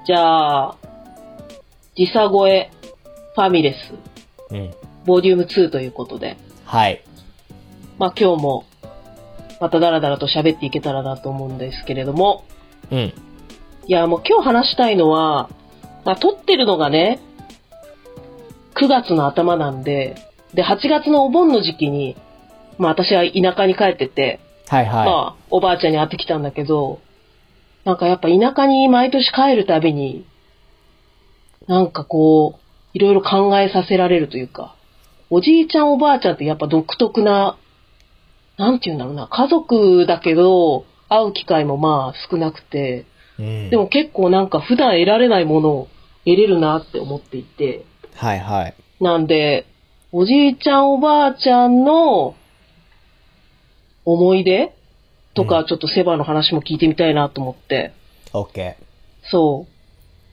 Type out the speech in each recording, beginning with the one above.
じゃあ、時差超えファミレス、ボリューム2ということで。 はい。 まあ今日も、またダラダラと喋っていけたらなと思うんですけれども。いや、もう今日話したいのは、まあ撮ってるのがね、9月の頭なんで、で、8月のお盆の時期に、まあ私は田舎に帰ってて、 はいはい。 まあおばあちゃんに会ってきたんだけど、なんかやっぱ田舎に毎年帰るたびに、なんかこう、いろいろ考えさせられるというか、おじいちゃんおばあちゃんってやっぱ独特な、なんていうんだろうな、家族だけど、会う機会もまあ少なくて、でも結構なんか普段得られないものを得れるなって思っていて、 はいはい。 なんで、おじいちゃんおばあちゃんの思い出とか、ちょっとセバの話も聞いてみたいなと思って。 OK。 そう。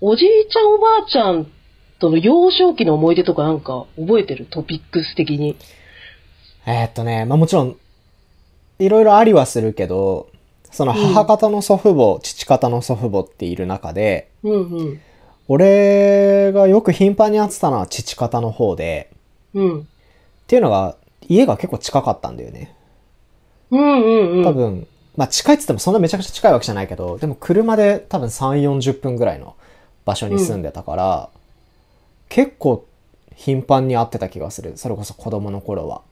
おじいちゃんおばあちゃんとの幼少期の思い出とかなんか覚えてる？トピックス的に。 まあもちろん、いろいろありはするけど、その母方の祖父母、父方の祖父母っている中で、俺がよく頻繁に会ってたのは父方の方で、っていうのが、家が結構近かったんだよね。多分、まあ近いって言ってもそんなめちゃくちゃ近いわけじゃないけど、でも車で多分3、40分ぐらいの場所に住んでたから、結構頻繁に会ってた気がする。それこそ子供の頃は。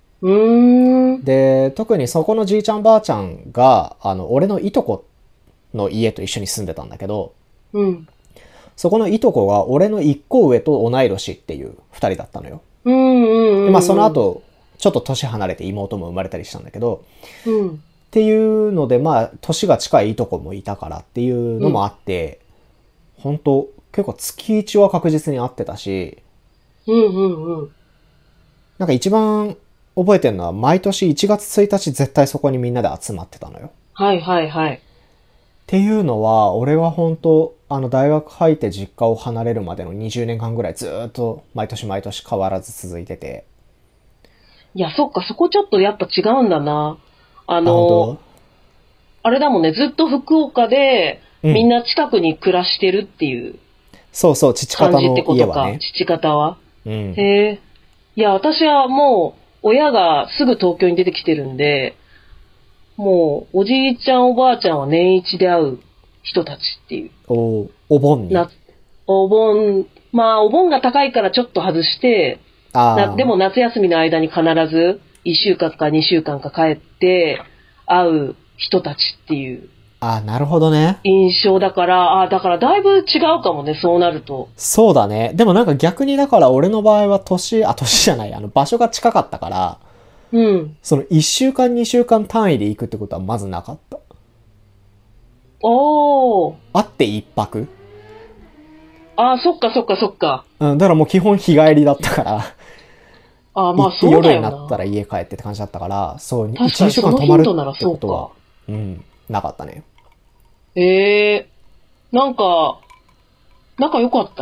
で、特にそこのじいちゃんばあちゃんが、俺のいとこの家と一緒に住んでたんだけど、そこのいとこが俺の一個上と同い年っていう二人だったのよ。で、まあその後、ちょっと年離れて妹も生まれたりしたんだけど、っていうので、まあ年が近いいとこもいたからっていうのもあって、本当結構月1は確実に会ってたし、なんか一番覚えてるのは毎年1月1日絶対そこにみんなで集まってたのよ。 はいはいはい。 っていうのは、俺は本当大学入って実家を離れるまでの20年間ぐらいずっと毎年毎年変わらず続いてて。 いや、そっか、そこちょっとやっぱ違うんだな。あれだもんね、ずっと福岡で、みんな近くに暮らしてるっていうそうそう、父方の家はね。 父方は。へえ。いや、私はもう、親がすぐ東京に出てきてるんで、もう、おじいちゃんおばあちゃんは年一で会う人たちっていう。 お盆に。 お盆、まあ、お盆が高いからちょっと外して、でも夏休みの間に必ず1週間か2週間か帰って会う人たちっていう。 なるほどね。 印象だから、だからだいぶ違うかもね、そうなると。 そうだね。でもなんか逆にだから俺の場合は年じゃない、場所が近かったから、その1週間2週間単位で行くってことはまずなかった。会って1泊？ そっかそっかそっか。 だからもう基本日帰りだったから。 まあそうだよな。 夜になったら家帰ってって感じだったから、そう、1、 2週間泊まるってことは、 なかったね。 なんか、仲良かった？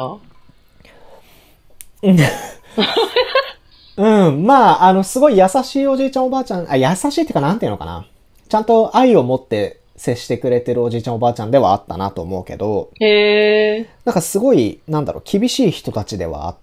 まあ、すごい優しいおじいちゃんおばあちゃん、優しいってかなんていうのかな。ちゃんと愛を持って接してくれてるおじいちゃんおばあちゃんではあったなと思うけど、なんかすごい、厳しい人たちではあって、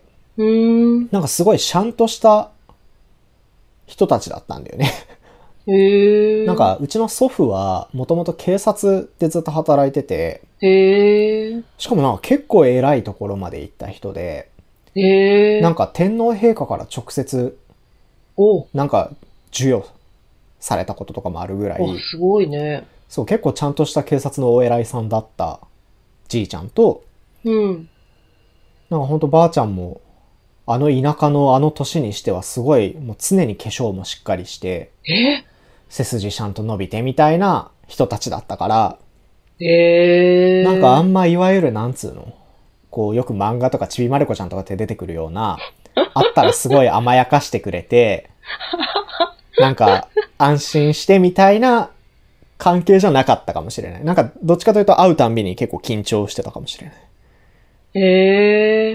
なんかすごいシャンとした人たちだったんだよね。なんか、うちの祖父は、もともと警察でずっと働いてて、しかもなんか結構偉いところまで行った人で、なんか天皇陛下から直接、なんか授与されたこととかもあるぐらい、 すごいね。 そう、結構ちゃんとした警察のお偉いさんだったじいちゃんと、なんかほんとばあちゃんも、田舎の年にしてはすごい、もう常に化粧もしっかりして、背筋ちゃんと伸びてみたいな人たちだったから、なんかあんまいわゆるなんつうの、こうよく漫画とかちびまる子ちゃんとかって出てくるような、あったらすごい甘やかしてくれて、なんか安心してみたいな関係じゃなかったかもしれない。なんかどっちかというと会うたんびに結構緊張してたかもしれない。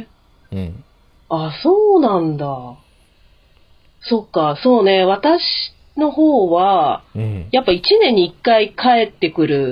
そうなんだ。そっか、そうね、私の方は、やっぱ1年に1回帰ってくる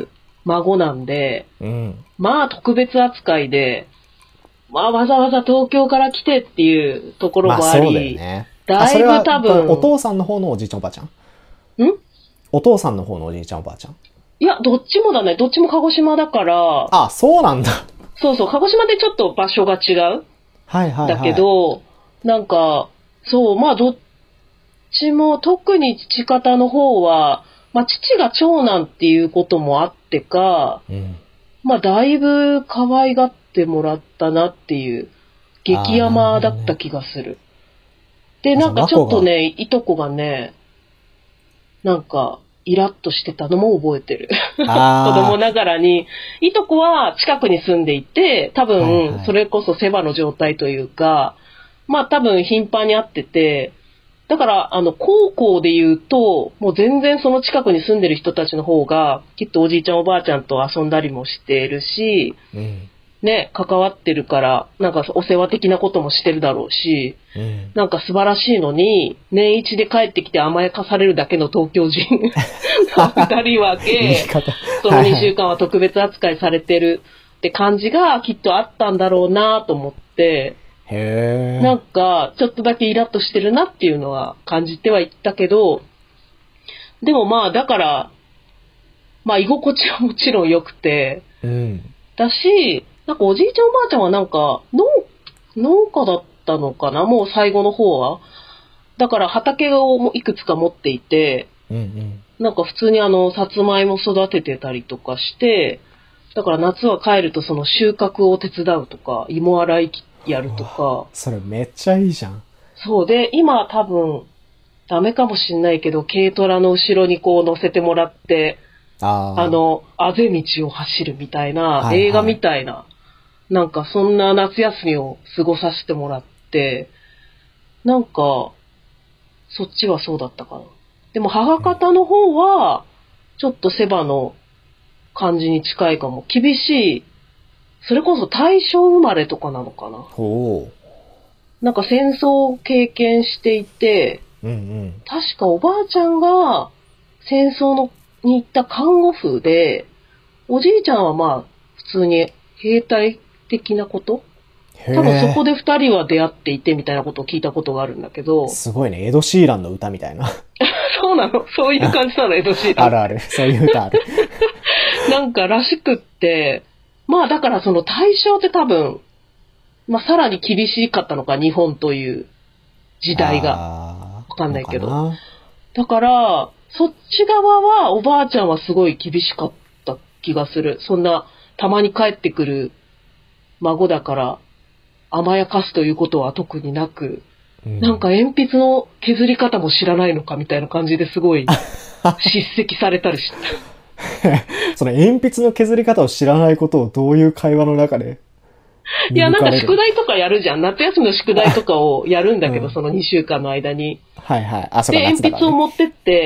孫なんで、 うん。 まあ特別扱いで、まあわざわざ東京から来てっていうところもあり、 まあそうだよね。 だいぶ多分。 お父さんの方のおじいちゃんおばあちゃん？お父さんの方のおじいちゃんおばあちゃん？ いや、どっちもだね。どっちも鹿児島だから。 あ、そうなんだ。 そうそう、鹿児島でちょっと場所が違う。 はいはいはい。 だけど、なんか、そう、まあどっちも、特に父方の方は、まあ父が長男っていうこともあってか、 うん、 まあだいぶ可愛がってもらったなっていう、激山だった気がする。で、なんかちょっとね、いとこがね、なんか、イラッとしてたのも覚えてる。子供ながらに。いとこは近くに住んでいて、多分、それこそセバの状態というか、まあ多分頻繁に会ってて、だから、高校で言うと、もう全然その近くに住んでる人たちの方が、きっとおじいちゃんおばあちゃんと遊んだりもしてるし、 うん、 ね、関わってるから、なんかお世話的なこともしてるだろうし、 うん、 なんか素晴らしいのに、年一で帰ってきて甘やかされるだけの東京人の二人はその2週間は特別扱いされてるって感じがきっとあったんだろうなと思って、 へー。 なんかちょっとだけイラッとしてるなっていうのは感じてはいったけど、でもまあだから、まあ居心地はもちろん良くて、 うん、 だし、なんかおじいちゃんおばあちゃんはなんか農家だったのかな、もう最後の方は。だから畑をいくつか持っていて、 うんうん、 なんか普通にさつまいも育ててたりとかして、だから夏は帰るとその収穫を手伝うとか、芋洗いやるとか。 それめっちゃいいじゃん。 そうで、今多分、ダメかもしんないけど、軽トラの後ろにこう乗せてもらって、あぜ道を走るみたいな、はいはい、映画みたいな、なんかそんな夏休みを過ごさせてもらって、なんか、そっちはそうだったかな。でも母方の方は、ちょっとセバの感じに近いかも。厳しい、それこそ大正生まれとかなのかな。 ほう。なんか戦争を経験していて、 うんうん、 確かおばあちゃんが戦争に行った看護婦で、おじいちゃんはまあ普通に兵隊的なこと、多分そこで二人は出会っていてみたいなことを聞いたことがあるんだけど。 すごいね。エド・シーランの歌みたいな。 そうなの、そういう感じなの、エド・シーラン。 あるある。そういう歌ある。 なんからしくって、まあだからその大正って多分、まあさらに厳しかったのか、日本という時代が。わかんないけど。だから、そっち側はおばあちゃんはすごい厳しかった気がする。そんな、たまに帰ってくる孫だから甘やかすということは特になく、なんか鉛筆の削り方も知らないのかみたいな感じですごい叱責されたりした。 その鉛筆の削り方を知らないことをどういう会話の中で？ いや、なんか宿題とかやるじゃん。夏休みの宿題とかをやるんだけど、その2週間の間に。 はいはい。あ、そうか、 で、鉛筆を持ってって、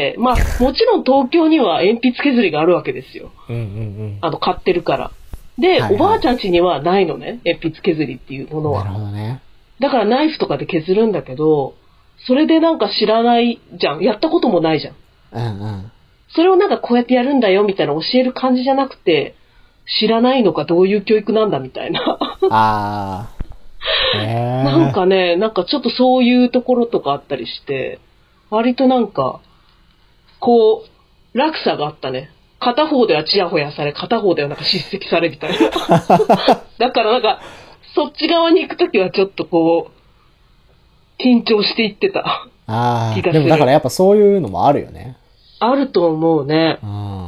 まあ、もちろん東京には鉛筆削りがあるわけですよ。買ってるから。で、おばあちゃん家にはないのね。鉛筆削りっていうものは。 なるほどね。 だからナイフとかで削るんだけど、それでなんか知らないじゃん。やったこともないじゃん。 うんうん。 それをなんかこうやってやるんだよみたいな教える感じじゃなくて、知らないのかどういう教育なんだみたいな。 ああ。 なんかね、なんかちょっとそういうところとかあったりして、割となんか、こう、落差があったね。片方ではチヤホヤされ、片方ではなんか叱責されみたいな。だからなんか、そっち側に行くときはちょっとこう、緊張していってた気がする。 ああ、でもだからやっぱそういうのもあるよね。 あると思うね。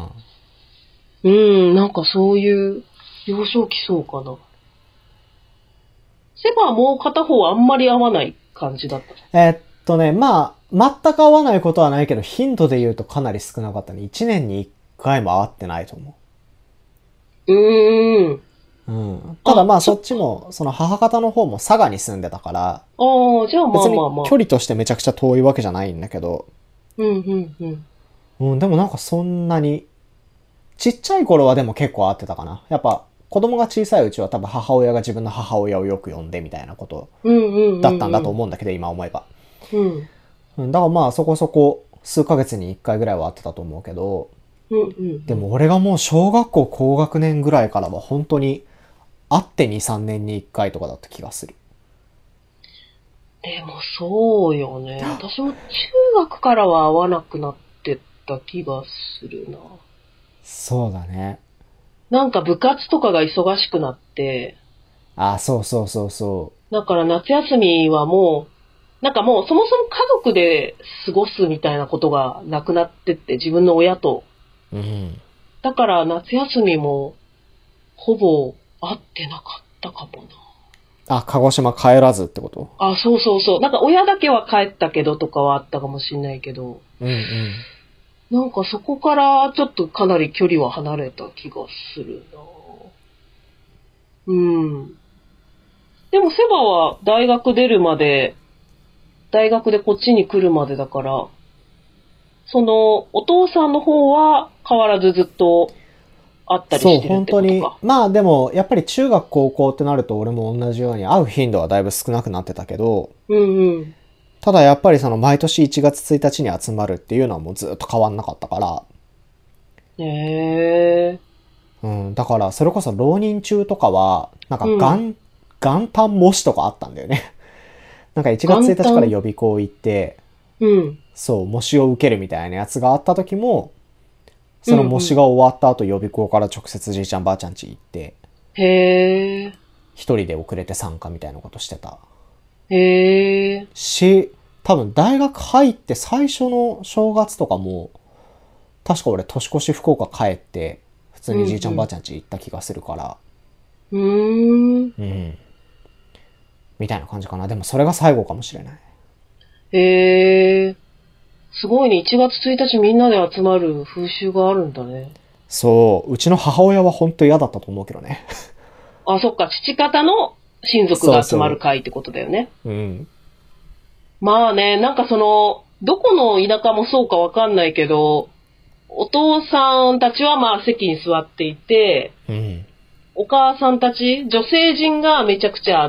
なんかそういう幼少期そうかな。セバはもう片方はあんまり合わない感じだった。 まあ、全く合わないことはないけど、頻度で言うとかなり少なかったね。1年に1回も会ってないと思う。ただまあそっちも、その母方の方も佐賀に住んでたから、 じゃあまあまあまあ。 距離としてめちゃくちゃ遠いわけじゃないんだけど。でもなんかそんなに、ちっちゃい頃はでも結構会ってたかな。やっぱ子供が小さいうちは多分母親が自分の母親をよく呼んでみたいなことだったんだと思うんだけど、今思えば。だからまあそこそこ数ヶ月に1回ぐらいは会ってたと思うけど、 うんうん。 でも俺がもう小学校高学年ぐらいからは本当に会って2、3年に1回とかだった気がする。 でもそうよね。私も中学からは会わなくなってった気がするな。 そうだね。 なんか部活とかが忙しくなって、 あ、そうそうそうそだから夏休みはもう、なんかもうそもそも家族で過ごすみたいなことがなくなってって、自分の親と。 う。うん。 だから夏休みもほぼ会ってなかったかもあ、鹿児島帰らずってこと？ な。あ、そうそうそう。なんか親だけは帰ったけどとかはあったかもしんないけど、 うんうん。 なんかそこからちょっとかなり距離は離れた気がするな。うん。でもセバは大学出るまで、大学でこっちに来るまでだから、そのお父さんの方は変わらずずっと会ったりそう、 してるって本当に。 ことか。 まあでも、やっぱり中学高校ってなると俺も同じように会う頻度はだいぶ少なくなってたけど、 うんうん。 ただやっぱりその毎年1月1日に集まるっていうのはもうずっと変わんなかったから、 へえ。 うん、だからそれこそ浪人中とかは、なんかうん。 元旦模試とかあったんだよね。なんか1月1日から元旦。 予備校行って、 うん。 そう、模試を受けるみたいなやつがあった時も、その模試うんうん。 が終わった後予備校から直接じいちゃんばあちゃん家行って、 へえ。 一人で遅れて参加みたいなことしてた。 へえ。 し、多分大学入って最初の正月とかも、確か俺年越し福岡帰って、普通うんにじいちゃんばあうん。 ちゃん家行った気がするから、 うーん。 うん。みたいな感じかな。でもそれが最後かもしれない。 へえ。すごいね。1月1日みんなで集まる風習があるんだね。 そう、うちの母親は本当嫌だったと思うけどね。 あ、そっか。父方の親族が集まるそうそ会ってことだよね。 う。うん。 まあね、なんかその、どこの田舎もそうかわかんないけど、お父さんたちはまあ席に座っていて、 うん。 お母さんたち、女性陣がめちゃくちゃ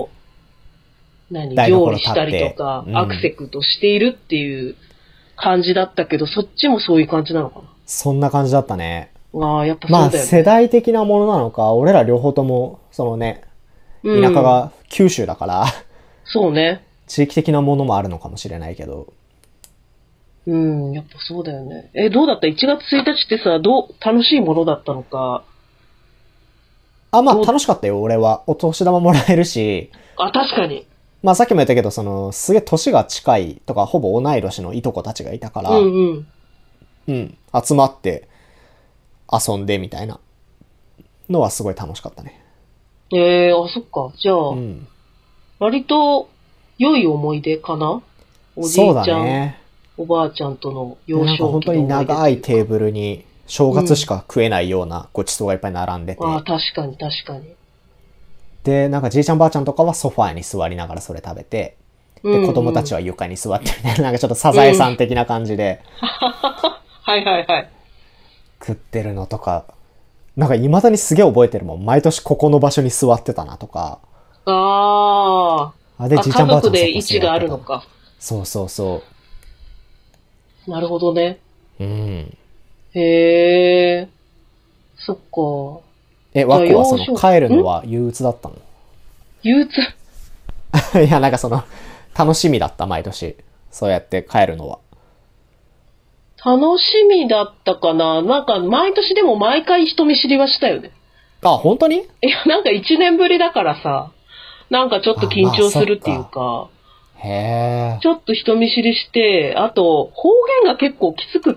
料台所立理したりとって、 か、アクうん。 セクトしているっていう感じだったけど、そっちもそういう感じなのかそんな感じだったね。 な。ああ、やっぱまあそうだよね。 世代的なものなのか、俺ら両方とも、そのね、 う田舎ん。 が九州だから、 そうね。 地域的なものもあるのかもしれないけど。 うん、やっぱそうだよね。どうだった ?1 月1日ってさ、楽しいものだったのか。 あ、まあどう、 楽しかったよ、俺は。お年玉もらえるし、 あ、確かに。 まあさっきも言ったけど、その、すげえ年が近いとか、ほぼ同い年のいとこたちがいたかうら、 んうん。 うん、集まって遊んでみたいなのはすごい楽しかったね。 あ、そっか。じゃあ、 うん。 割と良い思い出かな。おじそうだいちゃん、 ね。 おばあちゃんとので、 幼なんか少期の本当に思い出というか。 長いテーブルに正うん。 月しか食えないようなごちそうがいっぱい並んでああ、 て、 確かに確かに。 で、なんかじいちゃんばあちゃんとかはソファーに座りながらそれ食べて、 うで、子供たんうん。 ちは床に座ってみたいな、なんかちょっとサザエうん。 さん的な感じではいはいはい。 食ってるのとか、なんか未だにすげえ覚えてるもん。毎年ここの場所に座ってたなとか、 ああ、で、 あ。あ、 じいちゃ家んばあちゃんそこ族で位置があ座ってた。 るのか。 そうそうそなるほどね。 う。うん。 へえ。そっか。 え、 じゃあワコはその幼少期、 帰るのは憂鬱だったの？ 憂鬱。 いや、なんかその、楽しみだった、毎年。そうやって帰るのは。 楽しみだったかな。なんか毎年でも毎回人見知りはしたよね。 あ、本当に？ いや、なんか1年ぶりだからさ、なんかちょっとあ、 緊まあ、そ張するっていうっか。 か、 へえ。 ちょっと人見知りして、あと方言が結構きつくって、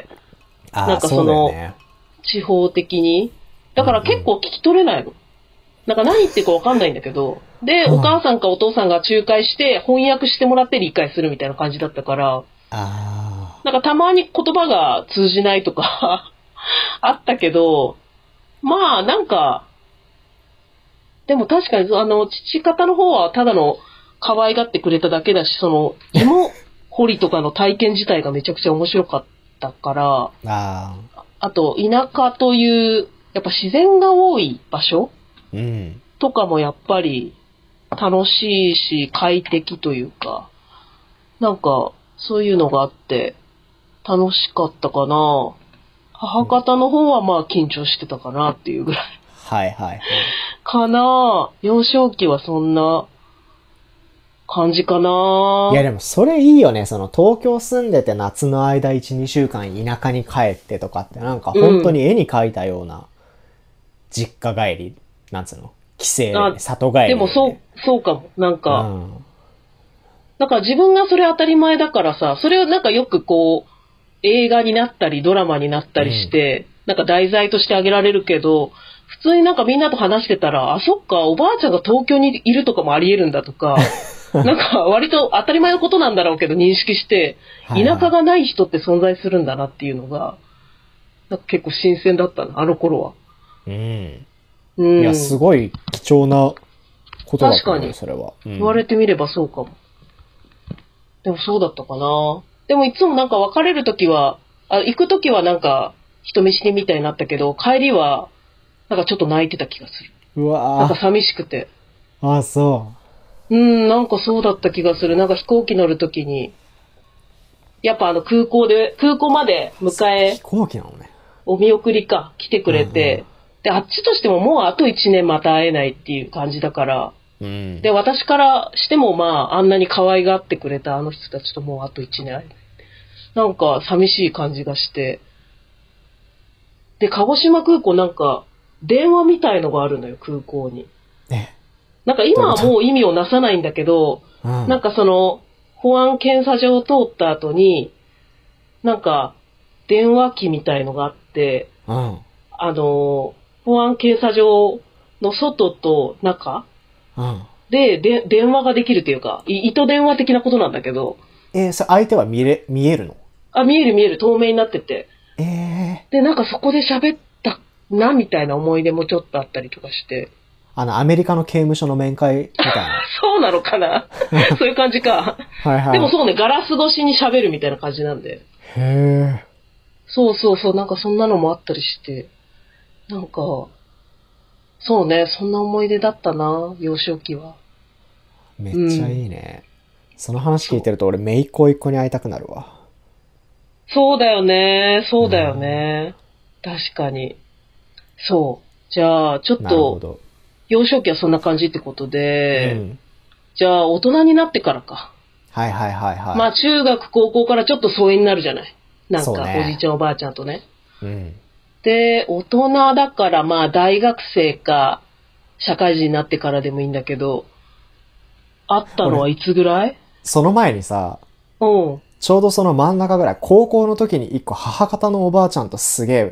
なんああ、 かそそうだよの、 ね。 地方的に。だから結うんうん。 構聞き取れないの。なんか何言ってるかわかんないんだけど、で、お母うん。 さんかお父さんが仲介して翻訳してもらって理解するみたいな感じだったから、 あなんかたまに言葉が通じないとかあったけど、まあなんか、でも確かに父方の方はただの可愛がってくれただけだし、その芋掘りとかの体験自体がめちゃくちゃ面白かったから、 あ。ああ。 あと田舎という、やっぱ自然が多い場所うん。 とかもやっぱり楽しいし快適というか、なんかそういうのがあって楽しかったかな。 母方の方はまあ緊張してたかなっていうぐらい。 はいはいはい。 かなぁ。幼少期はそんな感じかなぁ。 いやでもそれいいよね。その東京住んでて夏の間1、2週間田舎に帰ってとかってなんか本当に絵に描いたような実家帰り、なんつうの帰省で、ね、里帰り、ね。 でもそうかも。なんか、なんか自分がそれ当たり前だからさ、それをなんかよくこう、映画になったりドラマになったりして、なんか題材としてあげられるけど、普通になんかみんなと話してたら、あ、そっか、おばあちゃんが東京にいるとかもあり得るんだとか、なんか割と当たり前のことなんだろうけど認識して、田舎がない人って存在するんだなっていうのが、なんか結構新鮮だったな、あの頃は。 いや、すごい貴重なことだったね、それは。 言われてみればそうかも。でもそうだったかな。でもいつもなんか別れるときは、行くときはなんか人見知りみたいになったけど、帰りはなんかちょっと泣いてた気がする。 うわぁ。 なんか寂しくて。 あ、そう。 なんかそうだった気がする。なんか飛行機乗るときに、やっぱ空港まで迎え、 飛行機なのね。 お見送りか、来てくれて、で、あっちとしてももうあと1年また会えないっていう感じだから、で、私からしてもまあ、あんなに可愛がってくれたあの人たちともうあと1年会えない。なんか寂しい感じがして。で、鹿児島空港なんか、電話みたいのがあるのよ、空港に。なんか今はもう意味をなさないんだけど、なんかその、保安検査場を通った後に、なんか、電話機みたいのがあって、保安検査場の外と中、で、電話ができるっていうか、糸電話的なことなんだけど。 それ相手は見えるの？ 見える、透明になってて。で、なんかそこで喋ったな、みたいな思い出もちょっとあったりとかして。 アメリカの刑務所の面会みたいな。 そうなのかなそういう感じか。でもそうね、ガラス越しに喋るみたいな感じなんで。そう、なんかそんなのもあったりして。なんか、そうね、そんな思い出だったな、幼少期は。 めっちゃいいね。その話聞いてると俺、姪っ子一個に会いたくなるわ。 そうだよね。確かに。そう。じゃあ、ちょっと、幼少期はそんな感じってことで、じゃあ、大人になってからか。 はい。 まあ、中学、高校からちょっと疎遠になるじゃない。なんか、おじいちゃんおばあちゃんとね。で、大人だから、まあ、大学生か、社会人になってからでもいいんだけど、会ったのはいつぐらい？ その前にさ、ちょうどその真ん中ぐらい、高校の時に一個母方のおばあちゃんとすげえ、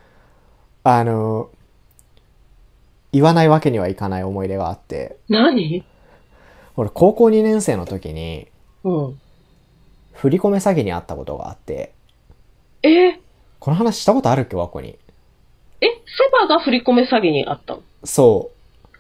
言わないわけにはいかない思い出があって。 何？ 俺、高校2年生の時に、振り込め詐欺にあったことがあって。この話したことあるっけ、和子に。 セバが振り込め詐欺にあったの？ そう。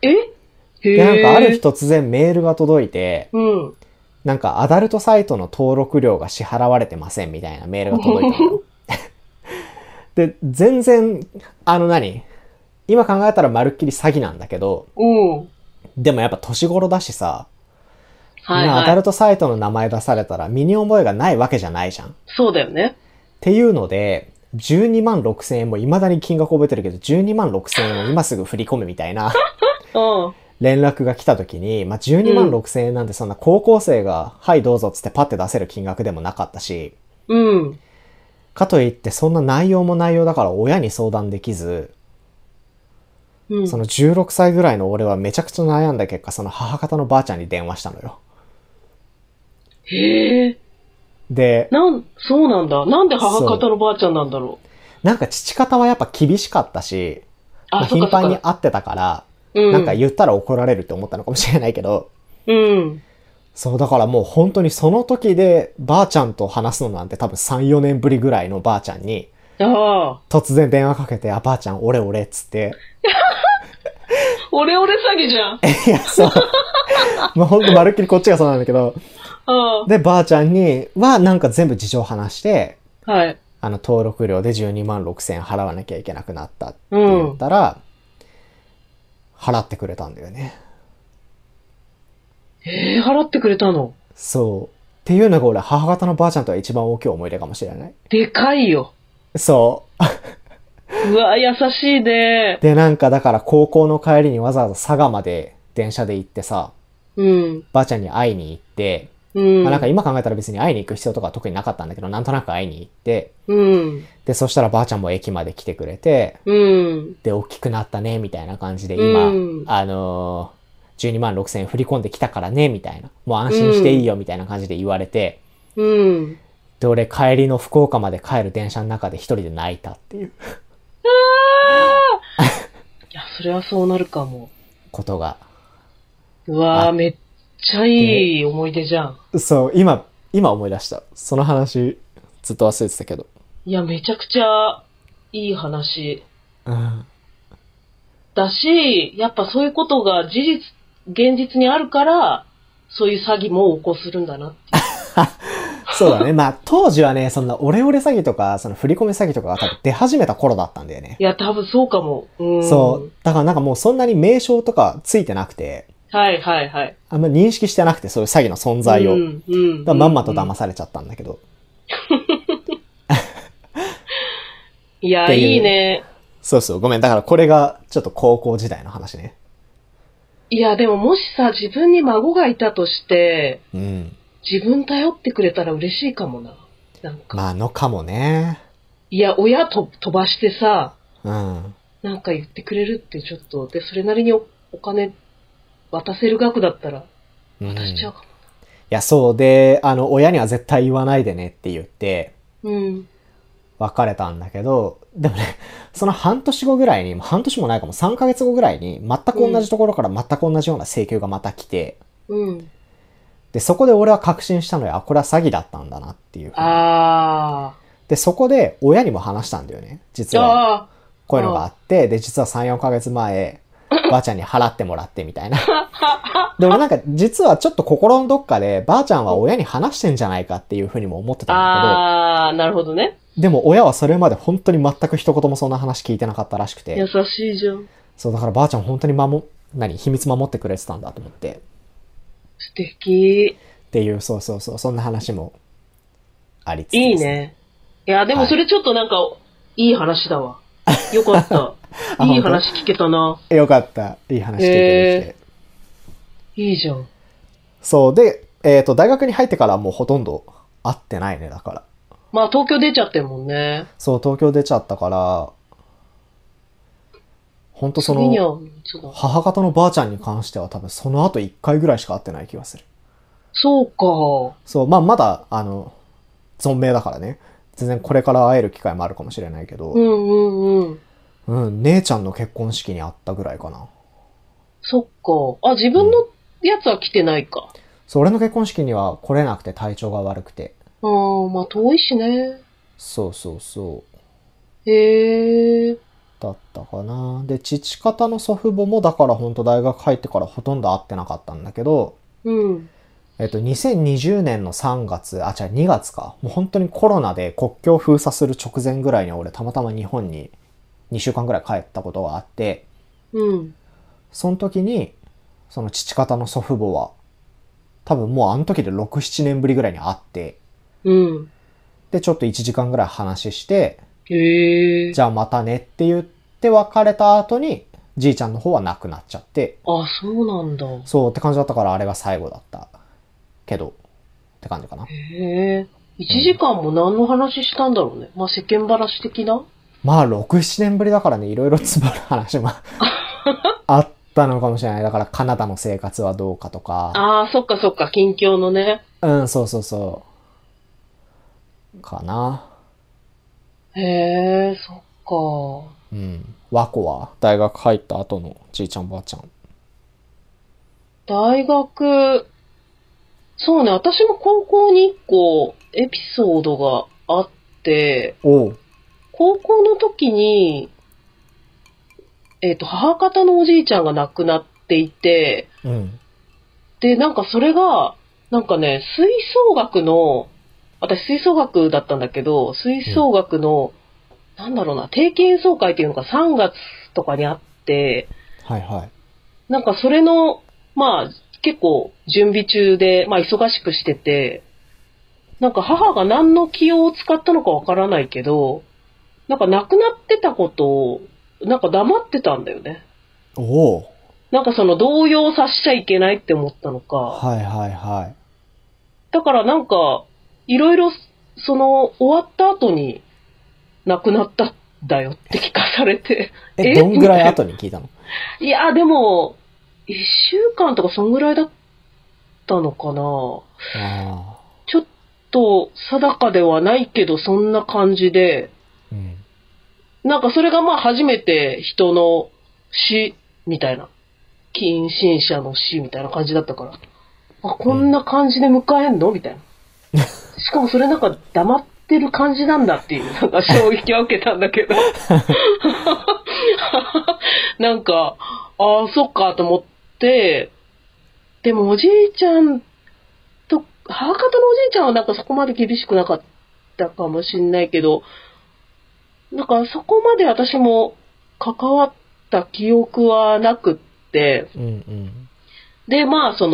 で、なんかある日突然メールが届いて、なんかアダルトサイトの登録料が支払われてませんみたいなメールが届いたの。で、全然、今考えたらまるっきり詐欺なんだけど、でもやっぱ年頃だしさ、アダルトサイトの名前出されたら身に覚えがないわけじゃないじゃん。 そうだよね。 っていうので、12万6千円も未だに金額覚えてるけど、12万6千円を今すぐ振り込むみたいな連絡が来た時に、まあ、12万6千円なんてそんな高校生が、はいどうぞっつってパッて出せる金額でもなかったし、かといってそんな内容も内容だから親に相談できず、その16歳ぐらいの俺はめちゃくちゃ悩んだ結果、その母方のばあちゃんに電話したのよ。で、 そうなんだ。なんで母方のばあちゃんなんだろう。なんか父方はやっぱ厳しかったし、頻繁に会ってたから、なんか言ったら怒られるって思ったのかもしれないけど、そう、だからもう本当にその時でばあちゃんと話すのなんて多分3、4年ぶりぐらいのばあちゃんに、突然電話かけて、ばあちゃん、俺っつって。 オレオレ詐欺じゃん。 いや、そう。まあ、ほんとまるっきりこっちがそうなんだけど。で、ばあちゃんにはなんか全部事情話して、登録料で12万6千円払わなきゃいけなくなったって言ったら、払ってくれたんだよね。 払ってくれたの？ そう。っていうのが俺、母方のばあちゃんとは一番大きい思い出かもしれない。 でかいよ。 そう。 うわ、優しいね。 で、なんかだから高校の帰りにわざわざ佐賀まで電車で行ってさ、 うん。 ばあちゃんに会いに行って、 うん。 まあなんか今考えたら別に会いに行く必要とかは特になかったんだけど、なんとなく会いに行って、 うん。 で、そしたらばあちゃんも駅まで来てくれて、 うん。 で、大きくなったね、みたいな感じで、 う今、 ん。 12万6千円振り込んできたからね、みたいな。もう安心していいよ、みたいな感じで言われて、 うん。 で、俺帰りの福岡まで帰る電車の中で一人で泣いたっていういや、それはそうなるかも。 ことが。 うわー、めっちゃいい思い出じゃん。 そう、今思い出した。その話、ずっと忘れてたけど。 いや、めちゃくちゃいい話。 うん。 だし、やっぱそういうことが現実にあるから、そういう詐欺も起こするんだなっていう。 そうだね。まあ、当時はね、そんなオレオレ詐欺とか、その振り込み詐欺とかが多分出始めた頃だったんだよね。 いや、多分そうかも。 そう。だからなんかもうそんなに名称とかついてなくて、 はいはいはい。 あんま認識してなくて、そういう詐欺の存在を。だからまんまと騙されちゃったんだけど。 いや、いいね。 そうそう、ごめん。だからこれがちょっと高校時代の話ね。 いや、でももしさ、自分に孫がいたとして、 うん。 自分頼ってくれたら嬉しいかもな。なんか。 まあのかもね。 いや、親と飛ばしてさ、 うん。 なんか言ってくれるってちょっと、で、それなりにお金渡せる額だったら、渡しちゃうかも。 いや、そうで、親には絶対言わないでねって言って、 うん。 別れたんだけど、でもね、その半年後ぐらいに、半年もないかも、3ヶ月後ぐらいに、全く同じところから全く同じような請求がまた来て、 うん。 で、そこで俺は確信したのよ。あ、これは詐欺だったんだなっていう。 あで、そこで親にも話したんだよね。実は。こういうのがあって、で、実は3、4ヶ月前、ばあちゃんに払ってもらってみたいな。で、俺なんか実はちょっと心のどっかで、ばあちゃんは親に話してんじゃないかっていうふうにも思ってたんだあー、なるほどね。 けど、でも親はそれまで本当に全く一言もそんな話聞いてなかったらしくて。 優しいじゃん。 そう、だからばあちゃん本当に秘密守ってくれてたんだと思って。 素敵。 っていう、そうそうそう、そんな話もありつつですいいね。いや、でもそれちょっとなんか、いい話だわ。よかった。いい話聞けたな。 よかった。いい話聞いてできて。 いいじゃん。 そう。で、大学に入ってからはもうほとんど会ってないね、だから。 まあ、東京出ちゃってるもんね。 そう、東京出ちゃったから、ほんとその、母方のばあちゃんに関しては多分その後1回ぐらいしか会ってない気がする。 そうか。 そう、まあまだ、存命だからね。全然これから会える機会もあるかもしれないけど。 うんうんうん。 うん、姉ちゃんの結婚式に会ったぐらいかな。 そっか。あ、自分のやつは来てないか。 そう、俺の結婚式には来れなくて体調が悪くて。 ああ、まあ遠いしね。 そうそうそう。 へえ。 だったかな。で、父方の祖父母もだからほんと大学入ってからほとんど会ってなかったんだけど、 うん。 2020年の3月、違う、2月か。もう本当にコロナで国境封鎖する直前ぐらいに俺たまたま日本に2週間ぐらい帰ったことがあって、 うん。 その時に、その父方の祖父母は、多分もうあの時で6、7年ぶりぐらいに会って、 うん。 で、ちょっと1時間ぐらい話して、 へえ。 じゃあまたねって言って別れた後に、じいちゃんの方は亡くなっちゃって。 あ、そうなんだ。 そうって感じだったからあれが最後だったけど、って感じかな。 へえ。1時間も何の話したんだろうね。まあ世間話的な。 まあ6、7年ぶりだからね、いろいろつまる話もあったのかもしれない。だからカナダの生活はどうかとか。 ああ、そっかそっか、近況のね。 うん、そうそうそう。かな。 へえ、そっか。 うん。和子は大学入った後のじいちゃんばあちゃん。 大学、そうね、私も高校に1個エピソードがあって、 おう。 高校の時に、母方のおじいちゃんが亡くなっていて、 うん。 で、なんかそれが、なんかね、吹奏楽の、私吹奏楽だったんだけど、吹奏楽の、なんだろうな、定期演奏会っていうのが3月とかにあって、 はいはい。 なんかそれの、まあ、結構準備中で、まあ忙しくしてて、なんか母が何の気を使ったのかわからないけど、 なんか亡くなってたことを、なんか黙ってたんだよね。 おお。 なんかその動揺させちゃいけないって思ったのか。 はいはいはい。 だからなんか、いろいろ、その、終わった後に亡くなったんだよって聞かされて。 どんぐらい後に聞いたの？ いや、でも、1週間とかそんぐらいだったのかな。ちょっと定かではないけど、そんな感じで、うん、なんかそれがまあ初めて人の死みたいな、近親者の死みたいな感じだったから、あ、こんな感じで迎えんのみたいな。しかもそれなんか黙ってる感じなんだっていう、なんか衝撃を受けたんだけど。なんか、ああ、そっかと思って、でもおじいちゃんと、母方のおじいちゃんはなんかそこまで厳しくなかったかもしんないけど、なんかそこまで私も関わった記憶はなくって、うんうん、で、まあ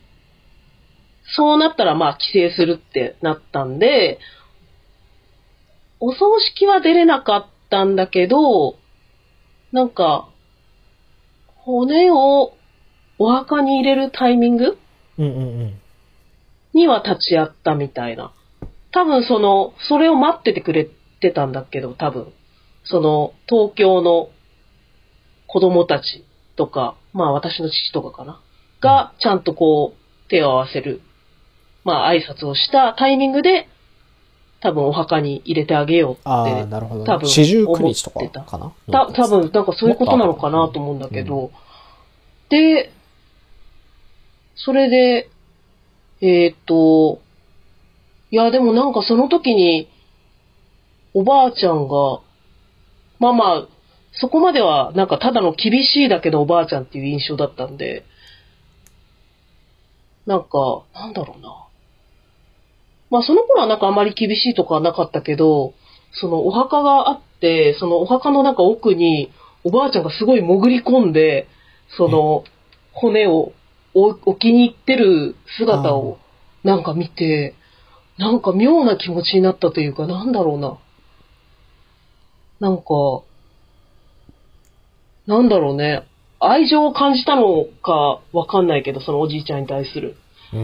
そうなったらまあ帰省するってなったんで、お葬式は出れなかったんだけど、なんか、骨をお墓に入れるタイミング、うんうんうん、には立ち会ったみたいな。多分それを待っててくれてたんだけど、多分。東京の子供たちとか、まあ私の父とかかな。が、ちゃんとこう、手を合わせる。まあ挨拶をしたタイミングで、多分お墓に入れてあげようって。ああ、なるほど、ね。多分。四十九日とかかな？多分、なんかそういうことなのかなと思うんだけど。で、それで、いや、でもなんかその時に、おばあちゃんが、まあまあ、そこまではなんかただの厳しいだけのおばあちゃんっていう印象だったんで、なんか、なんだろうな。まあその頃はなんかあまり厳しいとかはなかったけど、そのお墓があって、そのお墓のなんか奥におばあちゃんがすごい潜り込んで、その骨を置きに行ってる姿をなんか見て、なんか妙な気持ちになったというか、なんだろうな。なんか、なんだろうね。愛情を感じたのかわかんないけど、そのおじいちゃんに対する。うん。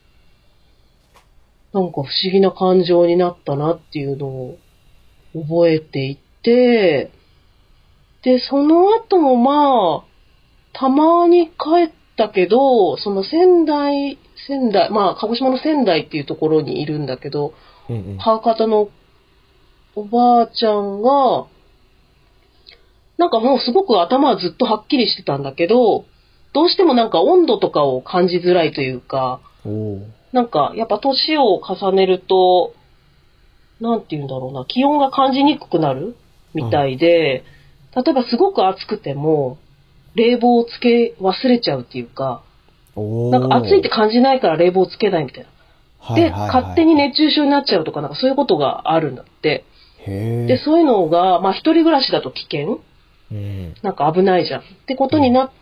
なんか不思議な感情になったなっていうのを覚えていて、で、その後もまあ、たまに帰ったけど、その仙台、まあ、鹿児島の仙台っていうところにいるんだけど、うんうん、母方のおばあちゃんが、なんかもうすごく頭はずっとはっきりしてたんだけど、どうしてもなんか温度とかを感じづらいというか、なんかやっぱ年を重ねると、なんて言うんだろうな、気温が感じにくくなるみたいで、例えばすごく暑くても、冷房をつけ忘れちゃうっていうか、なんか暑いって感じないから冷房つけないみたいな。で、勝手に熱中症になっちゃうとか、なんかそういうことがあるんだって。で、そういうのが、まあ一人暮らしだと危険、うん、なんか危ないじゃんってことになって、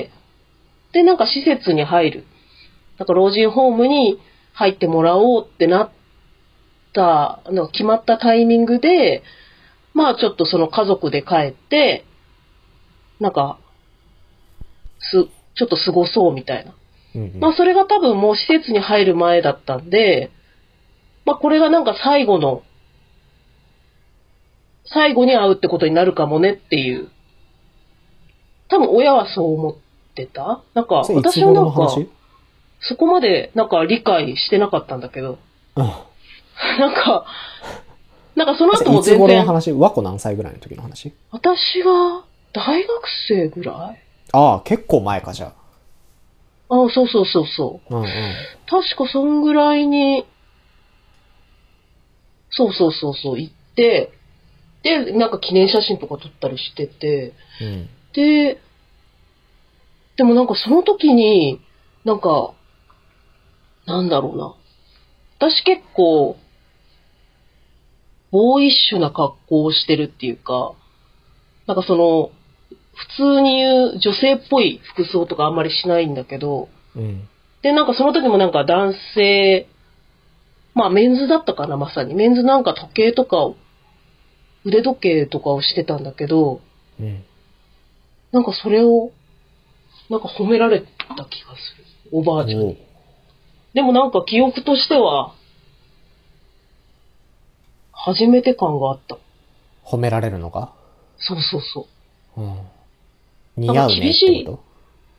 で、なんか施設に入る。なんか老人ホームに入ってもらおうってなった、決まったタイミングで、まあちょっとその家族で帰って、なんか、ちょっと過ごそうみたいな。うんうん、まあそれが多分もう施設に入る前だったんで、まあこれがなんか最後に会うってことになるかもねっていう。多分親はそう思ってた。なんか私はなんか、そこまでなんか理解してなかったんだけど。うん、なんかその後も全然。いつ頃の話？和子何歳ぐらいの時の話？ 私が大学生ぐらい？ ああ、結構前かじゃあ。 ああ、そうそうそうそう。うんうん、確かそんぐらいに、そう行って、で、なんか記念写真とか撮ったりしてて、うん、でもなんかその時に、なんか、なんだろうな。私結構、ボーイッシュな格好をしてるっていうか、なんか普通に言う女性っぽい服装とかあんまりしないんだけど、うん、で、なんかその時もなんか男性、まあメンズだったかな、まさに。メンズなんか時計とかを腕時計とかをしてたんだけど、 うん。 なんかそれを、なんか褒められた気がする。おばあちゃんに。でもなんか記憶としては、初めて感があった。 褒められるのか？ そうそうそう。 うん。似合うねってこと？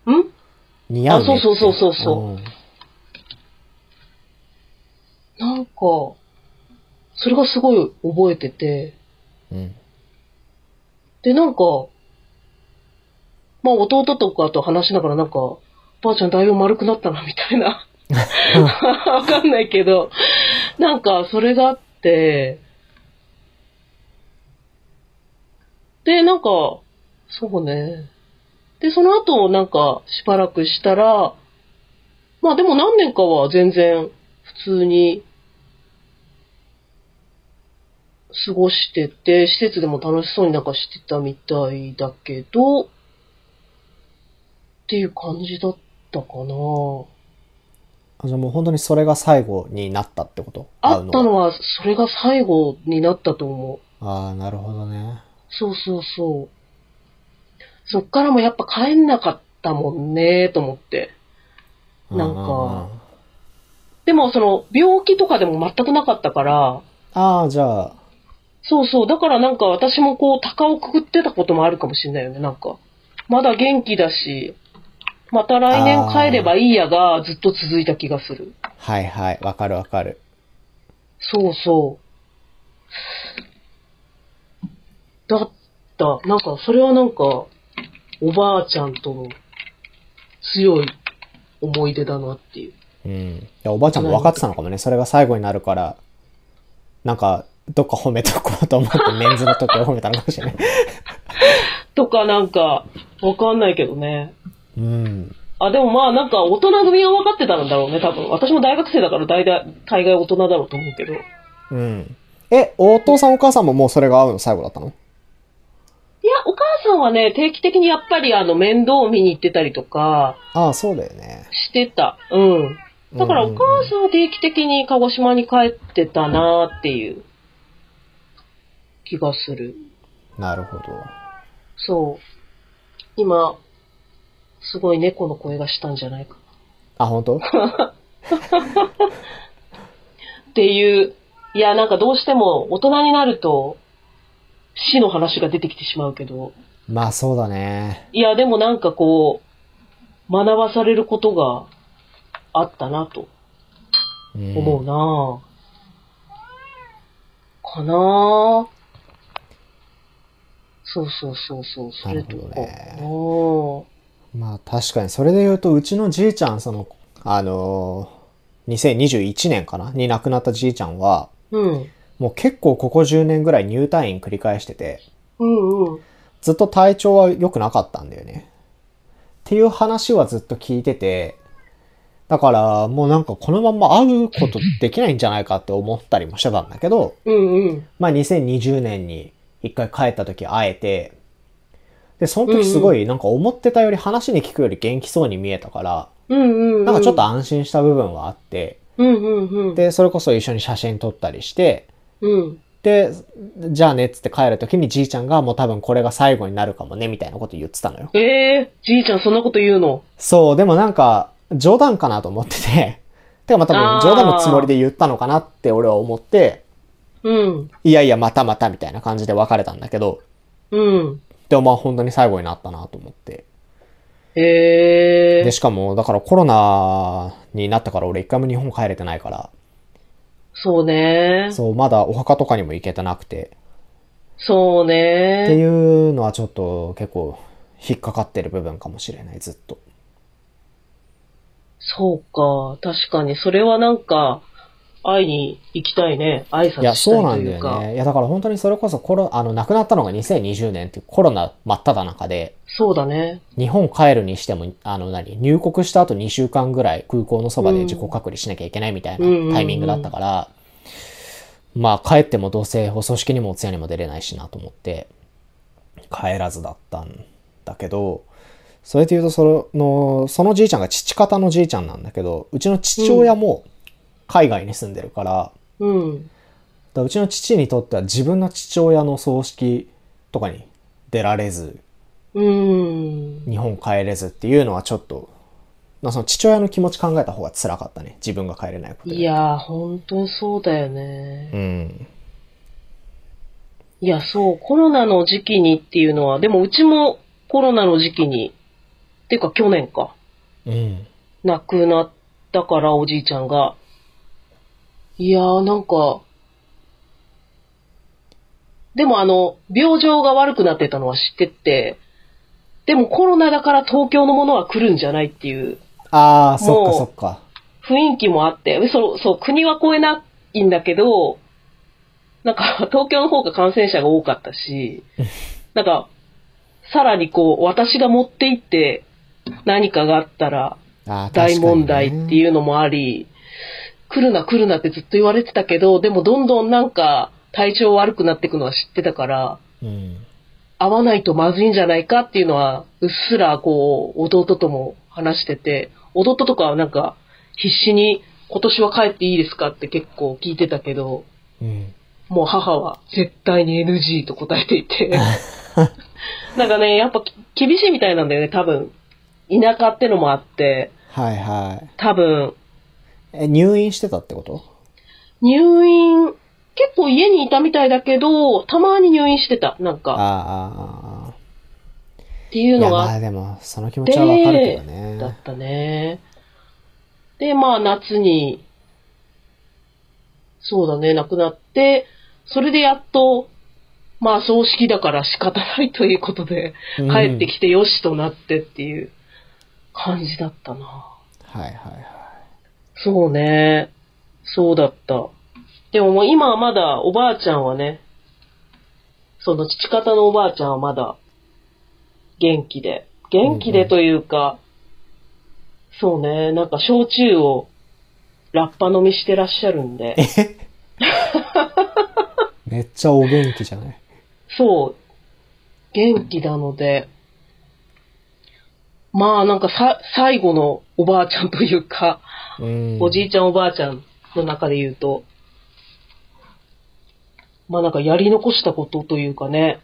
ん？ 似合うねって。 あ、そうそうそうそう。うん、なんか、それがすごい覚えてて。 うん。 で、なんか、まあ弟とかと話しながらなんか、ばあちゃんだいぶ丸くなったなみたいな。わかんないけど、なんかそれがあって、で、なんか、そうね。で、その後なんかしばらくしたら、まあでも何年かは全然普通に過ごしてて、施設でも楽しそうになんかしてたみたいだけど、っていう感じだったかな。 じゃあもう本当にそれが最後になったってこと？ 会ったのはそれが最後になったと思う。ああ、なるほどね。 そうそうそう。そっからもやっぱ帰んなかったもんねと思って。なんか、でもその病気とかでも全くなかったから。 ああ、じゃあ。 そうそう。だからなんか私もこう鷹をくくってたこともあるかもしれないよね。なんか、まだ元気だし、また来年帰ればいいやがずっと続いた気がする。 はいはい。わかるわかる。 そうそう。だった。なんか、それはなんか、おばあちゃんとの強い思い出だなっていう。 うん。いや、おばあちゃんも分かってたのかもね。それが最後になるから、なんか、どっか褒めとこうと思ってメンズの時を褒めたのかもしれない。 とかなんか、わかんないけどね。 うん。 あ、でもまあなんか大人組は分かってたんだろうね、多分。私も大学生だから大概大人だろうと思うけど。 うん。お父さんお母さんももうそれが会うの最後だったの？ いや、お母さんはね、定期的にやっぱり面倒を見に行ってたりとか。 ああ、そうだよね。 してた。うん。だからお母さんは定期的に鹿児島に帰ってたなーっていう気がする。 なるほど。 そう。今、すごい猫の声がしたんじゃないかな。あ、本当？ っていう。いや、なんかどうしても大人になると死の話が出てきてしまうけど。 まあそうだね。 いや、でもなんかこう、学ばされることがあったなと思うなかなぁ。そうそうそうそう、それとか。ね、 まあ確かにそれで言うと、うちのじいちゃん、2021年かなに亡くなったじいちゃんは、 うん、 もう結構ここ10年ぐらい入退院繰り返してて、 うんうん、 ずっと体調は良くなかったんだよね。っていう話はずっと聞いてて、だからもうなんかこのまま会うことできないんじゃないかって思ったりもしてたんだけど、 うんうん、 まあ2020年に一回帰った時会えて、で、その時すごいなんか思ってたより話に聞くより元気そうに見えたから、なんかちょっと安心した部分はあって、で、それこそ一緒に写真撮ったりして、で、じゃあねっつって帰る時にじいちゃんがもう多分これが最後になるかもねみたいなこと言ってたのよ。 じいちゃんそんなこと言うの？ そう、でもなんか冗談かなと思ってて、てかまあ多分冗談のつもりで言ったのかなって俺は思って、いやいやまたまたみたいな感じで別れたんだけど、でもまあ本当に最後になったなと思って。で、しかも、だからコロナになったから俺一回も日本帰れてないから。 そうね。 そう、まだお墓とかにも行けてなくて。 そうね。 っていうのはちょっと結構引っかかってる部分かもしれない、ずっと。 そうか。確かに。それはなんか、会いに行きたいね。挨拶したいというか。いや、 そうなんだよね。いや、だから本当にそれこそ亡くなったのが2020年ってコロナ真っ只中で。 そうだね。 日本帰るにしても、入国した後2週間ぐらい空港のそばで自己隔離しなきゃいけないみたいなタイミングだったから、まあ帰ってもどうせお葬式にもお通夜にも出れないしなと思って、帰らずだったんだけど、それで言うとそのじいちゃんが父方のじいちゃんなんだけど、うちの父親も、海外に住んでるから、 うちの父にとっては自分の父親の葬式とかに出られず、日本帰れずっていうのはちょっと、その父親の気持ち考えた方が辛かったね。自分が帰れないことで。 いやー、本当にそうだよね。いや、そう、コロナの時期にっていうのは、でもうちもコロナの時期に、てか去年か。亡くなったからおじいちゃんが。いやー、なんか、でも病状が悪くなってたのは知ってて、でもコロナだから東京のものは来るんじゃないっていう。 ああ、そっかそっか。 雰囲気もあって、そう、国は越えないんだけど、なんか東京の方が感染者が多かったし、なんか、さらにこう、私が持って行って何かがあったら大問題っていうのもあり、来るな来るなってずっと言われてたけど、でもどんどんなんか体調悪くなっていくのは知ってたから、会わないとまずいんじゃないかっていうのは、うっすらこう、弟とも話してて、弟とかはなんか必死に今年は帰っていいですかって結構聞いてたけど、もう母は絶対に NG と答えていて、なんかね、やっぱ厳しいみたいなんだよね、多分。田舎ってのもあって、多分。 入院してたってこと？ 入院、結構家にいたみたいだけど、たまに入院してた、なんか。っていうのがあって。 でも、その気持ちはわかるけどね。 だったね。で、まあ夏に、そうだね、亡くなって、それでやっと、まあ葬式だから仕方ないということで、帰ってきてよしとなってっていう感じだったな。そうね。そうだった。でももう今はまだおばあちゃんはね、その父方のおばあちゃんはまだ元気でというか、そうね、なんか焼酎をラッパ飲みしてらっしゃるんで。 めっちゃお元気じゃない？ そう。元気なので、まあなんか最後のおばあちゃんというか、おじいちゃんおばあちゃんの中で言うと、まあなんかやり残したことというかね、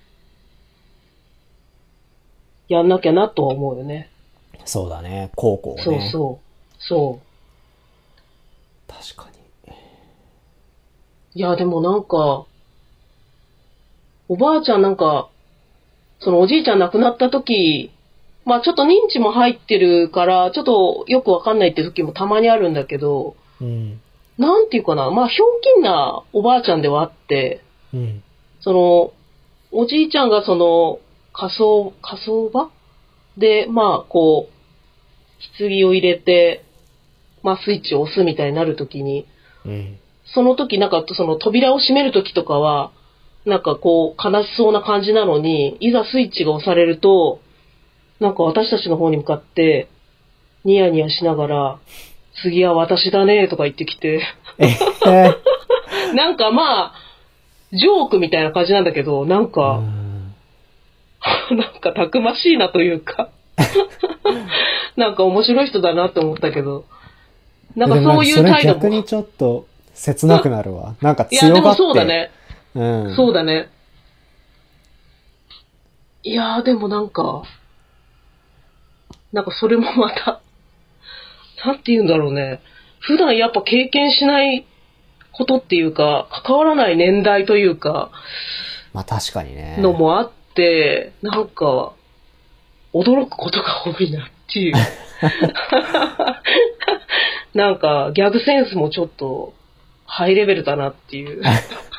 やんなきゃなとは思うよね。 そうだね、高校ね。 そう。 確かに。 いや、でもなんか、おばあちゃんなんか、そのおじいちゃん亡くなった時、まあちょっと認知も入ってるから、ちょっとよくわかんないって時もたまにあるんだけど、なんていうかな、まあひょうきんなおばあちゃんではあって、その、おじいちゃんがその、火葬場で、まあこう、棺を入れて、まあスイッチを押すみたいになる時に、その時なんかその扉を閉める時とかは、なんかこう悲しそうな感じなのに、いざスイッチが押されると、なんか私たちの方に向かって、ニヤニヤしながら、次は私だねとか言ってきて。なんかまあ、ジョークみたいな感じなんだけど、なんかたくましいなというか、なんか面白い人だなって思ったけど、なんかそういう態度も。 それ逆にちょっと切なくなるわ。なんか強がって。いや、でもそうだね。そうだね。いやー、でもなんかそれもまた、なんて言うんだろうね。普段やっぱ経験しないことっていうか、関わらない年代というか、 まあ確かにね。 のもあって、なんか、驚くことが多いなっていう。なんか、ギャグセンスもちょっと、ハイレベルだなっていう。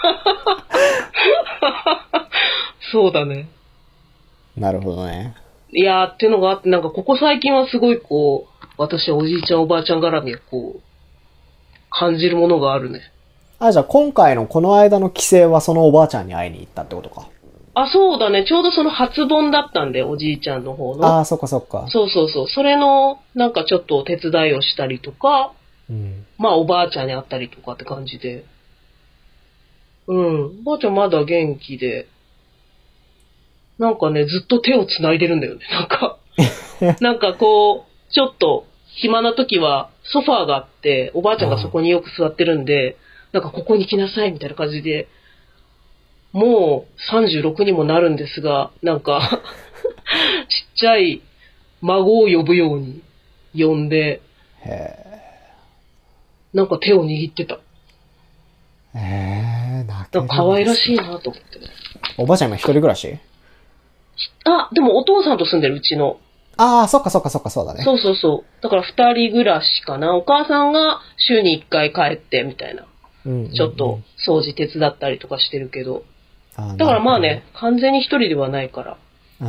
そうだね。 なるほどね。 いやーっていうのがあって、なんかここ最近はすごいこう、私はおじいちゃんおばあちゃん絡みをこう、感じるものがあるね。 じゃあ今回のこの間の帰省はそのおばあちゃんに会いに行ったってことか。 そうだね。ちょうどその初盆だったんで、おじいちゃんの方の。 そっかそっか。 そう。それの、なんかちょっとお手伝いをしたりとか、まあおばあちゃんに会ったりとかって感じで。おばあちゃんまだ元気で、なんかね、ずっと手を繋いでるんだよね。なんかこう、ちょっと暇な時はソファーがあって、おばあちゃんがそこによく座ってるんで、 なんかここに来なさいみたいな感じで、もう36にもなるんですが、なんか、ちっちゃい孫を呼ぶように呼んで、なんか手を握ってた。 なんか可愛らしいなと思って。 おばあちゃん今一人暮らし？ あ、でもお父さんと住んでるうちの。 ああ、そっかそっかそっか、そうだね。 そうそうそう。だから二人暮らしかな。お母さんが週に一回帰ってみたいな。ちょっと掃除手伝ったりとかしてるけど。だからまあね、完全に一人ではないから。 うん。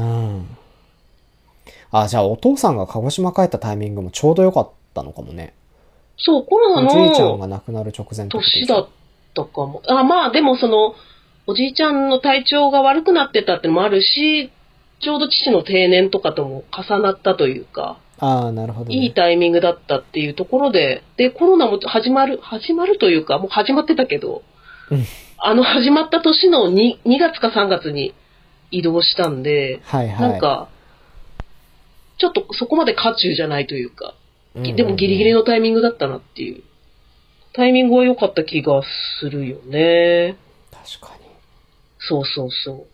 あ、じゃあお父さんが鹿児島帰ったタイミングもちょうど良かったのかもね。 そう、コロナのおじいちゃんが亡くなる直前年だったかも。まあでもおじいちゃんの体調が悪くなってたってのもあるし、ちょうど父の定年とかとも重なったというか。 なるほど、ね。 いいタイミングだったっていうところで、で、コロナも始まるというか、もう始まってたけど、始まった年の 2月か3月に移動したんで、 はいはい。 なんか、ちょっとそこまで渦中じゃないというか、でもギリギリのタイミングだったなっていう。タイミングは良かった気がするよね。 確かに。 そうそうそう。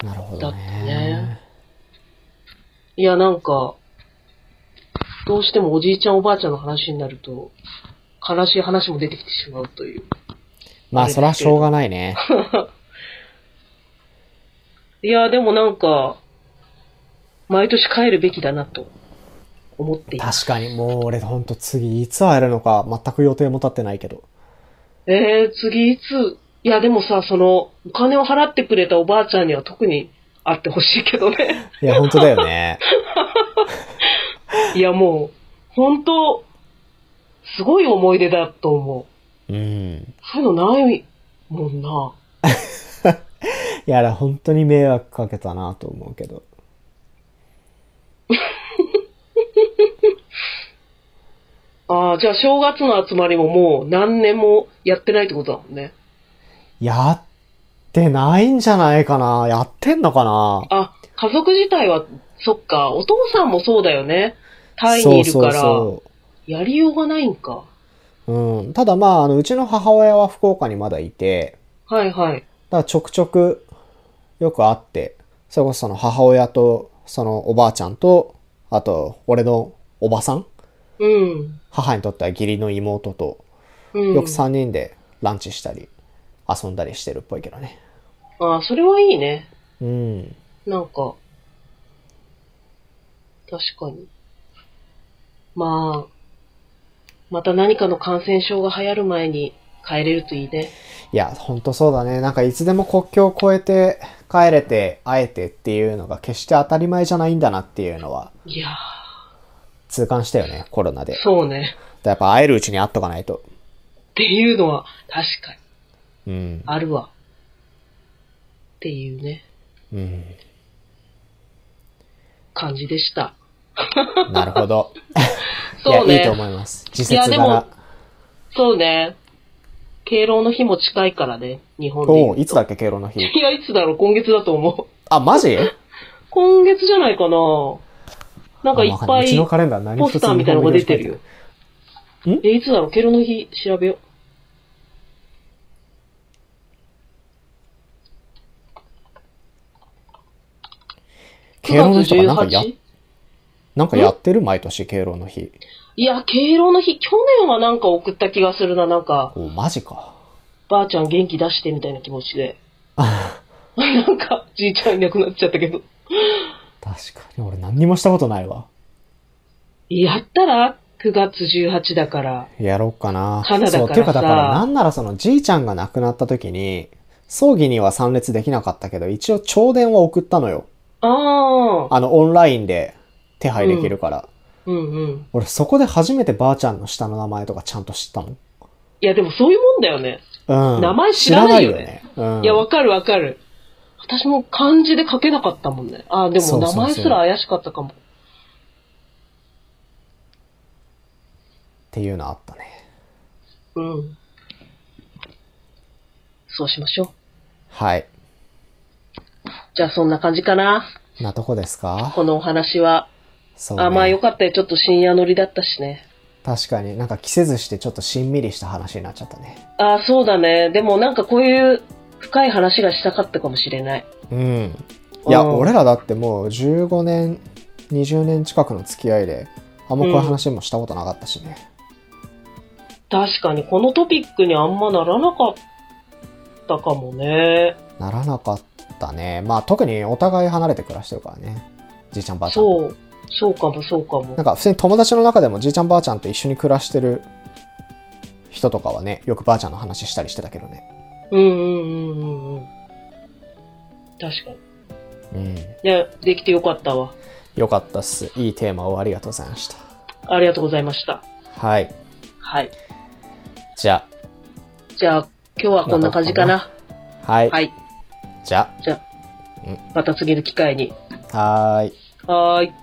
なるほどね。 だってね。いや、なんか、どうしてもおじいちゃんおばあちゃんの話になると、悲しい話も出てきてしまうという。 まあ、それはしょうがないね。 いや、でもなんか、毎年帰るべきだなと思っています。 確かに、もう俺ほんと次いつ会えるのか全く予定も立ってないけど。 次いつ、いやでもさ、お金を払ってくれたおばあちゃんには特に会ってほしいけどね。 いや、ほんとだよね。 いやもう、ほんと、すごい思い出だと思う。うん。 そういうのないもんな。 いや、本当に迷惑かけたなと思うけど。 じゃあ正月の集まりももう何年もやってないってことだもんね。 やってないんじゃないかな。やってんのかな。 家族自体は、そっか、お父さんもそうだよね。タイにいるから、やりようがないんか。 うん。ただまあ、うちの母親は福岡にまだいて、 はいはい。だからちょくちょくよく会って、それこそ母親と、おばあちゃんと、あと、俺のおばさん。 うん。 母にとっては義理の妹と、よく3人でランチしたり、遊んだりしてるっぽいけどね。 それはいいね。 うん。 なんか、確かに。また何かの感染症が流行る前に帰れるといいね。 いや、ほんとそうだね。なんかいつでも国境を越えて帰れて会えてっていうのが決して当たり前じゃないんだなっていうのは。 いやー。 痛感したよね、コロナで。 そうね。 やっぱ会えるうちに会っとかないと。 っていうのは確かに。うん。 あるわ。っていうね。 うん。 感じでした。 なるほど。 そうね。 いや、いいと思います。自節柄。いや、でも、 そうね。敬老の日も近いからね、日本で。 いつだっけ、敬老の日。 いや、いつだろう、今月だと思う。マジ？ 今月じゃないかな。なんかいっぱい、 うちのカレンダー何ポスターみたいなのが出てるよ。いつだろう、敬老の日調べよう。 敬老の日とかなんかやってる？毎年敬老の日。 いや、敬老の日、去年はなんか送った気がするな、なんか。 マジか。 ばあちゃん元気出してみたいな気持ちで。なんか、じいちゃんいなくなっちゃったけど。 確かに、俺何にもしたことないわ。 やったら ?9 月18だから。 やろうかな。 カナダからさ。そう、 っていうかだからなんならじいちゃんが亡くなった時に、葬儀には参列できなかったけど、一応弔電は送ったのよ。オンラインで手配できるから。俺そこで初めてばあちゃんの下の名前とかちゃんと知ったもん。いやでもそういうもんだよね。名前知らないよね。いや、わかるわかる。私も漢字で書けなかったもんね。でも名前すら怪しかったかも。 っていうのあったね。 うん。そうしましょう。 はい。 じゃあそんな感じかな。 なとこですか？ このお話は。 そうね。 まあよかったよ。ちょっと深夜乗りだったしね。 確かになんか着せずしてちょっとしんみりした話になっちゃったね。 ああ、そうだね。でもなんかこういう深い話がしたかったかもしれない。 うん。いや、俺らだってもう15年、20年近くの付き合いで、あんまこういう話もしたことなかったしね。 確かにこのトピックにあんまならなかったかもね。 ならなかったね。まあ特にお互い離れて暮らしてるからね。じいちゃんばあちゃん。 そうかもそうかも。 なんか普通に友達の中でもじいちゃんばあちゃんと一緒に暮らしてる人とかはね、よくばあちゃんの話したりしてたけどね。 確かに。 いや、できてよかったわ。 よかったっす。いいテーマをありがとうございました。 ありがとうございました。 はい。 はい。 じゃあ今日はこんな感じかな。 はい。じゃあ、 また次の機会に。 はーい。